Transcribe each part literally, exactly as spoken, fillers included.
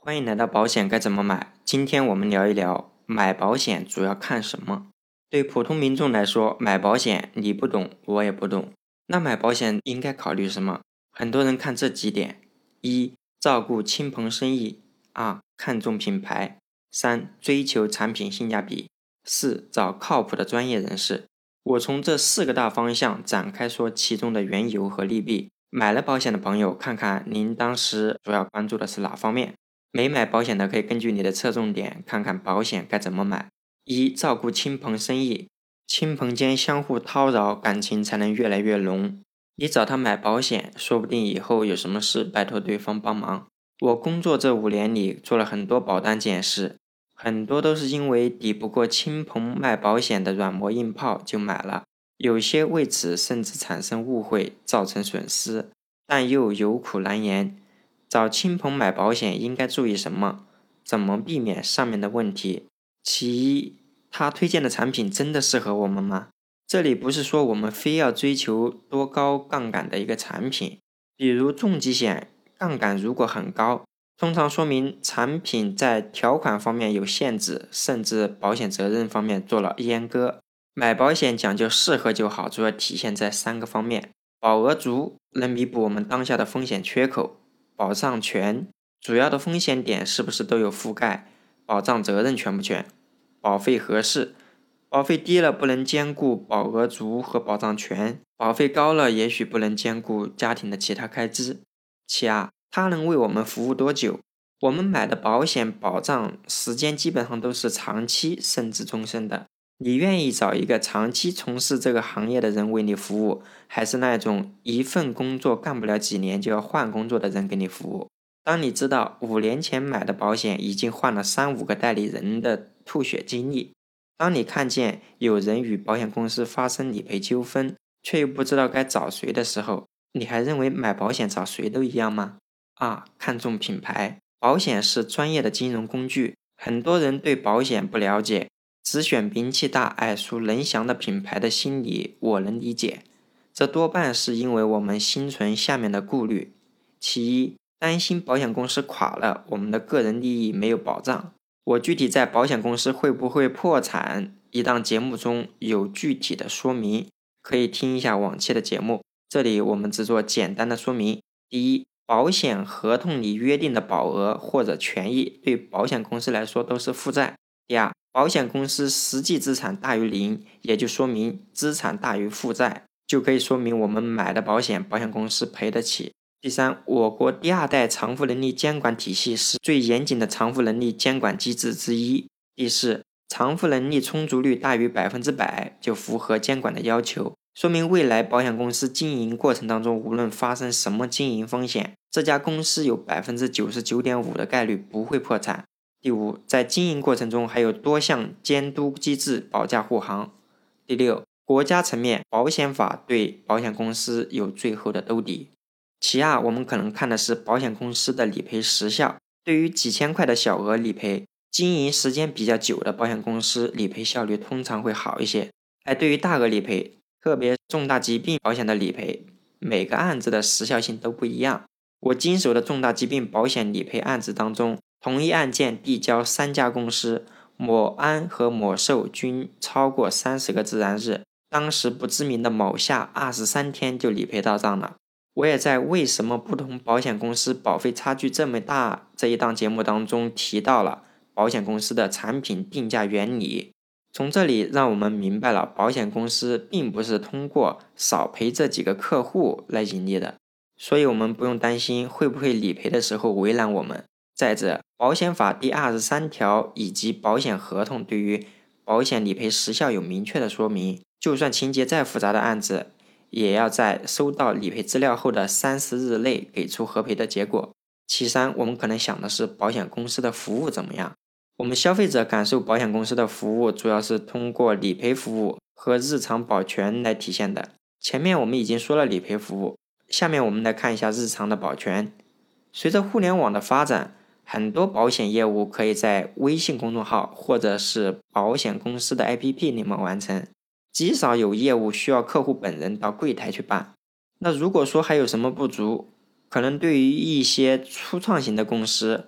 欢迎来到保险该怎么买。今天我们聊一聊买保险主要看什么。对普通民众来说，买保险你不懂，我也不懂。那买保险应该考虑什么？很多人看这几点：一、照顾亲朋生意；二、看重品牌；三、追求产品性价比；四、找靠谱的专业人士。我从这四个大方向展开说其中的缘由和利弊。买了保险的朋友，看看您当时主要关注的是哪方面。没买保险的可以根据你的侧重点看看保险该怎么买。一、照顾亲朋生意，亲朋间相互叨扰，感情才能越来越浓。你找他买保险，说不定以后有什么事拜托对方帮忙。我工作这五年里做了很多保单检视，很多都是因为抵不过亲朋卖保险的软磨硬泡就买了，有些为此甚至产生误会，造成损失，但又有苦难言。找亲朋买保险应该注意什么？怎么避免上面的问题？其一，他推荐的产品真的适合我们吗？这里不是说我们非要追求多高杠杆的一个产品，比如重疾险，杠杆如果很高，通常说明产品在条款方面有限制，甚至保险责任方面做了阉割。买保险讲究适合就好，主要体现在三个方面：保额足，能弥补我们当下的风险缺口；保障全，主要的风险点是不是都有覆盖，保障责任全不全；保费合适，保费低了不能兼顾保额足和保障全，保费高了也许不能兼顾家庭的其他开支。其二，它能为我们服务多久？我们买的保险保障时间基本上都是长期甚至终身的，你愿意找一个长期从事这个行业的人为你服务，还是那种一份工作干不了几年就要换工作的人给你服务？当你知道五年前买的保险已经换了三五个代理人的吐血经历，当你看见有人与保险公司发生理赔纠纷，却又不知道该找谁的时候，你还认为买保险找谁都一样吗？二、看重品牌。保险是专业的金融工具，很多人对保险不了解，只选名气大、耳熟能详的品牌的心理，我能理解。这多半是因为我们心存下面的顾虑：其一，担心保险公司垮了，我们的个人利益没有保障。我具体在保险公司会不会破产一档节目中有具体的说明，可以听一下往期的节目，这里我们只做简单的说明。第一，保险合同里约定的保额或者权益对保险公司来说都是负债。第二，保险公司实际资产大于零，也就说明资产大于负债，就可以说明我们买的保险保险公司赔得起。第三，我国第二代偿付能力监管体系是最严谨的偿付能力监管机制之一。第四，偿付能力充足率大于百分之百就符合监管的要求，说明未来保险公司经营过程当中无论发生什么经营风险，这家公司有 百分之九十九点五 的概率不会破产。第五，在经营过程中还有多项监督机制保驾护航。第六，国家层面保险法对保险公司有最后的兜底。其二，我们可能看的是保险公司的理赔时效。对于几千块的小额理赔，经营时间比较久的保险公司理赔效率通常会好一些。而对于大额理赔，特别重大疾病保险的理赔，每个案子的时效性都不一样。我经手的重大疾病保险理赔案子当中，同一案件递交三家公司，某安和某寿均超过三十个自然日，当时不知名的某下二十三天就理赔到账了。我也在为什么不同保险公司保费差距这么大这一档节目当中提到了保险公司的产品定价原理。从这里让我们明白了保险公司并不是通过少赔这几个客户来盈利的，所以我们不用担心会不会理赔的时候为难我们。再者，保险法第二十三条以及保险合同对于保险理赔时效有明确的说明，就算情节再复杂的案子，也要在收到理赔资料后的三十日内给出核赔的结果。其三，我们可能想的是保险公司的服务怎么样。我们消费者感受保险公司的服务主要是通过理赔服务和日常保全来体现的。前面我们已经说了理赔服务，下面我们来看一下日常的保全。随着互联网的发展，很多保险业务可以在微信公众号或者是保险公司的 A P P 里面完成，极少有业务需要客户本人到柜台去办。那如果说还有什么不足，可能对于一些初创型的公司，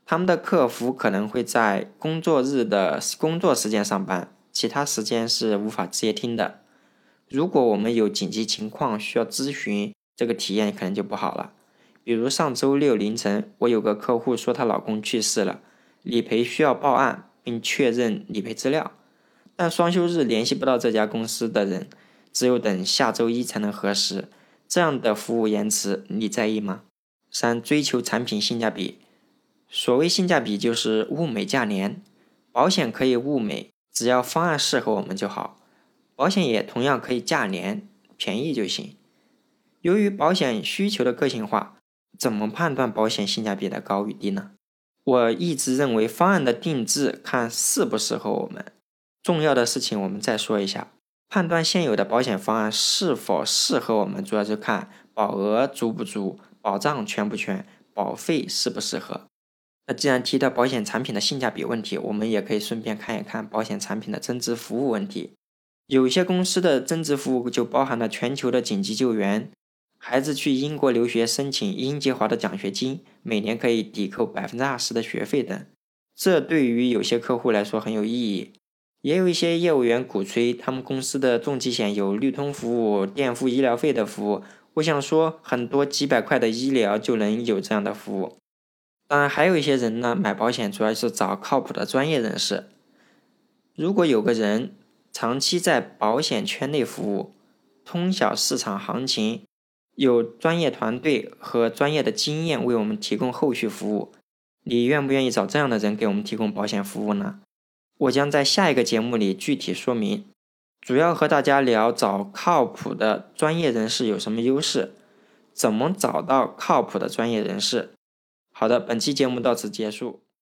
他们的客服可能会在工作日的工作时间上班，其他时间是无法接听的。如果我们有紧急情况需要咨询，这个体验可能就不好了。比如上周六凌晨，我有个客户说她老公去世了，理赔需要报案并确认理赔资料，但双休日联系不到这家公司的人，只有等下周一才能核实。这样的服务延迟，你在意吗？三、追求产品性价比。所谓性价比就是物美价廉，保险可以物美，只要方案适合我们就好。保险也同样可以价廉，便宜就行。由于保险需求的个性化，怎么判断保险性价比的高与低呢？我一直认为方案的定制看适不适合我们。重要的事情我们再说一下，判断现有的保险方案是否适合我们，主要就看保额足不足，保障全不全，保费适不适合。那既然提到保险产品的性价比问题，我们也可以顺便看一看保险产品的增值服务问题。有些公司的增值服务就包含了全球的紧急救援，孩子去英国留学申请英杰华的奖学金，每年可以抵扣 百分之二十 的学费等。这对于有些客户来说很有意义。也有一些业务员鼓吹他们公司的重疾险有绿通服务、垫付医疗费的服务。我想说，很多几百块的医疗就能有这样的服务。当然还有一些人呢，买保险主要是找靠谱的专业人士。如果有个人长期在保险圈内服务，通晓市场行情，有专业团队和专业的经验为我们提供后续服务，你愿不愿意找这样的人给我们提供保险服务呢？我将在下一个节目里具体说明，主要和大家聊找靠谱的专业人士有什么优势，怎么找到靠谱的专业人士。好的，本期节目到此结束。